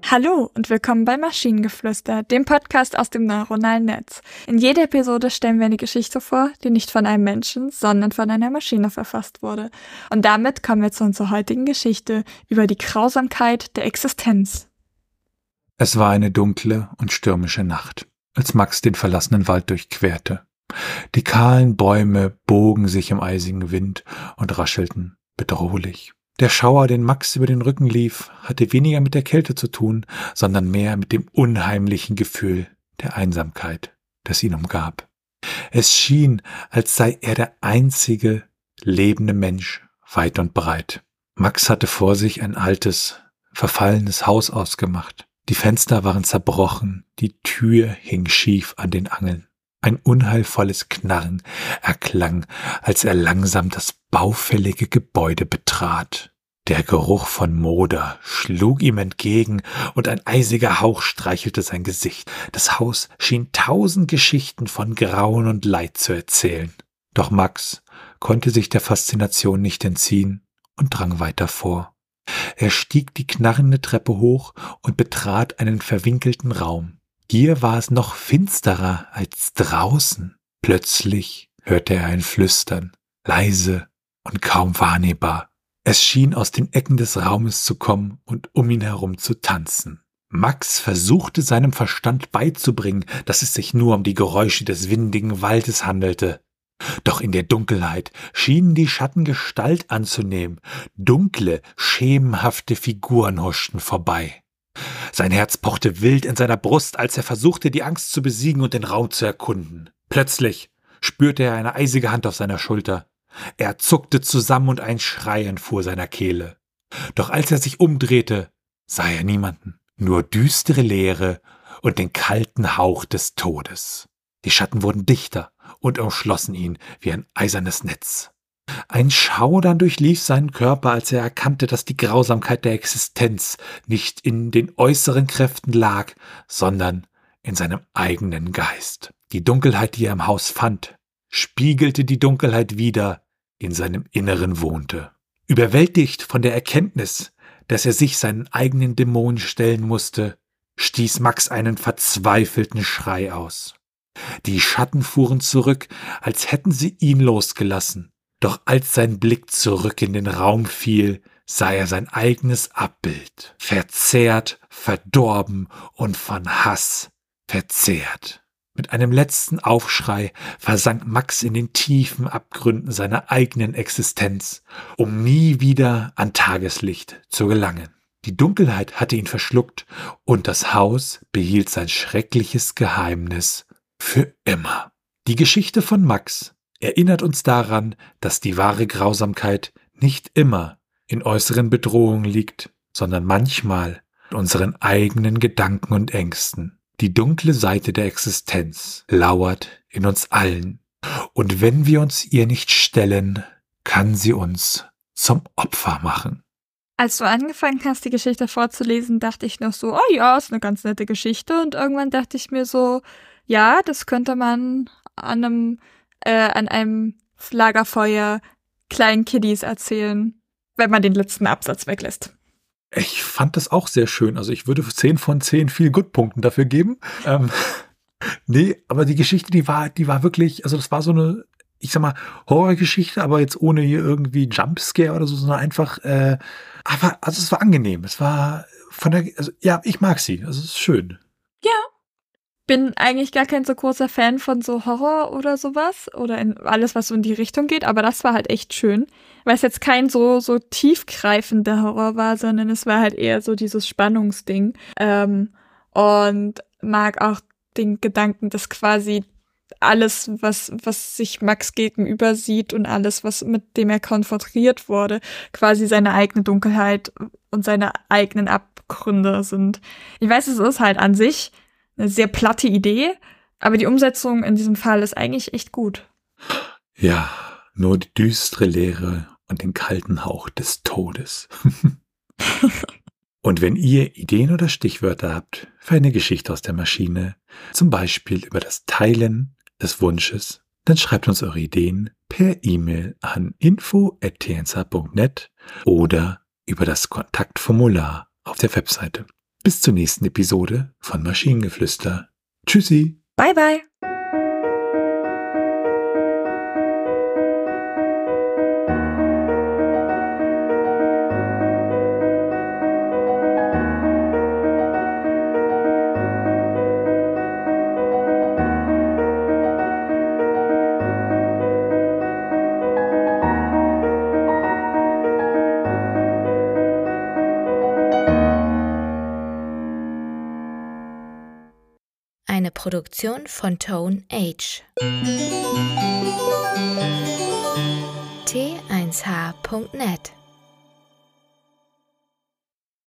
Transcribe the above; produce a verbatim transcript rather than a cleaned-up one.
Hallo und willkommen bei Maschinengeflüster, dem Podcast aus dem neuronalen Netz. In jeder Episode stellen wir eine Geschichte vor, die nicht von einem Menschen, sondern von einer Maschine verfasst wurde. Und damit kommen wir zu unserer heutigen Geschichte über die Grausamkeit der Existenz. Es war eine dunkle und stürmische Nacht, als Max den verlassenen Wald durchquerte. Die kahlen Bäume bogen sich im eisigen Wind und raschelten bedrohlich. Der Schauer, den Max über den Rücken lief, hatte weniger mit der Kälte zu tun, sondern mehr mit dem unheimlichen Gefühl der Einsamkeit, das ihn umgab. Es schien, als sei er der einzige lebende Mensch weit und breit. Max hatte vor sich ein altes, verfallenes Haus ausgemacht. Die Fenster waren zerbrochen, die Tür hing schief an den Angeln. Ein unheilvolles Knarren erklang, als er langsam das baufällige Gebäude betrat. Der Geruch von Moder schlug ihm entgegen und ein eisiger Hauch streichelte sein Gesicht. Das Haus schien tausend Geschichten von Grauen und Leid zu erzählen. Doch Max konnte sich der Faszination nicht entziehen und drang weiter vor. Er stieg die knarrende Treppe hoch und betrat einen verwinkelten Raum. Hier war es noch finsterer als draußen. Plötzlich hörte er ein Flüstern, leise und kaum wahrnehmbar. Es schien aus den Ecken des Raumes zu kommen und um ihn herum zu tanzen. Max versuchte seinem Verstand beizubringen, dass es sich nur um die Geräusche des windigen Waldes handelte. Doch in der Dunkelheit schienen die Schatten Gestalt anzunehmen. Dunkle, schemenhafte Figuren huschten vorbei. Sein Herz pochte wild in seiner Brust, als er versuchte, die Angst zu besiegen und den Raum zu erkunden. Plötzlich spürte er eine eisige Hand auf seiner Schulter. Er zuckte zusammen und ein Schrei entfuhr seiner Kehle. Doch als er sich umdrehte, sah er niemanden, nur düstere Leere und den kalten Hauch des Todes. Die Schatten wurden dichter und umschlossen ihn wie ein eisernes Netz. Ein Schaudern durchlief seinen Körper, als er erkannte, dass die Grausamkeit der Existenz nicht in den äußeren Kräften lag, sondern in seinem eigenen Geist. Die Dunkelheit, die er im Haus fand, spiegelte die Dunkelheit wider, in seinem Inneren wohnte. Überwältigt von der Erkenntnis, dass er sich seinen eigenen Dämonen stellen musste, stieß Max einen verzweifelten Schrei aus. Die Schatten fuhren zurück, als hätten sie ihn losgelassen. Doch als sein Blick zurück in den Raum fiel, sah er sein eigenes Abbild, verzerrt, verdorben und von Hass verzehrt. Mit einem letzten Aufschrei versank Max in den tiefen Abgründen seiner eigenen Existenz, um nie wieder an Tageslicht zu gelangen. Die Dunkelheit hatte ihn verschluckt und das Haus behielt sein schreckliches Geheimnis für immer. Die Geschichte von Max erinnert uns daran, dass die wahre Grausamkeit nicht immer in äußeren Bedrohungen liegt, sondern manchmal in unseren eigenen Gedanken und Ängsten. Die dunkle Seite der Existenz lauert in uns allen, und wenn wir uns ihr nicht stellen, kann sie uns zum Opfer machen. Als du angefangen hast, die Geschichte vorzulesen, dachte ich noch so, oh ja, ist eine ganz nette Geschichte. Und irgendwann dachte ich mir so, ja, das könnte man an einem Äh, an einem Lagerfeuer kleinen Kiddies erzählen, wenn man den letzten Absatz weglässt. Ich fand das auch sehr schön. Also ich würde zehn von zehn viel Good-Punkten dafür geben. Ähm, nee, aber die Geschichte, die war, die war wirklich, also das war so eine, ich sag mal, Horrorgeschichte, aber jetzt ohne hier irgendwie Jumpscare oder so, sondern einfach, äh, aber, also es war angenehm. Es war von der, also ja, ich mag sie. Also es ist schön. Ja. Bin eigentlich gar kein so großer Fan von so Horror oder sowas oder in alles, was so in die Richtung geht, aber das war halt echt schön, weil es jetzt kein so so tiefgreifender Horror war, sondern es war halt eher so dieses Spannungsding ähm, und mag auch den Gedanken, dass quasi alles, was was sich Max gegenüber sieht und alles, was mit dem er konfrontiert wurde, quasi seine eigene Dunkelheit und seine eigenen Abgründe sind. Ich weiß, es ist halt an sich eine sehr platte Idee, aber die Umsetzung in diesem Fall ist eigentlich echt gut. Ja, nur die düstere Leere und den kalten Hauch des Todes. Und wenn ihr Ideen oder Stichwörter habt für eine Geschichte aus der Maschine, zum Beispiel über das Teilen des Wunsches, dann schreibt uns eure Ideen per E-Mail an info at t n z punkt net oder über das Kontaktformular auf der Webseite. Bis zur nächsten Episode von Maschinengeflüster. Tschüssi. Bye, bye. Eine Produktion von Tone Age. T eins H Punkt net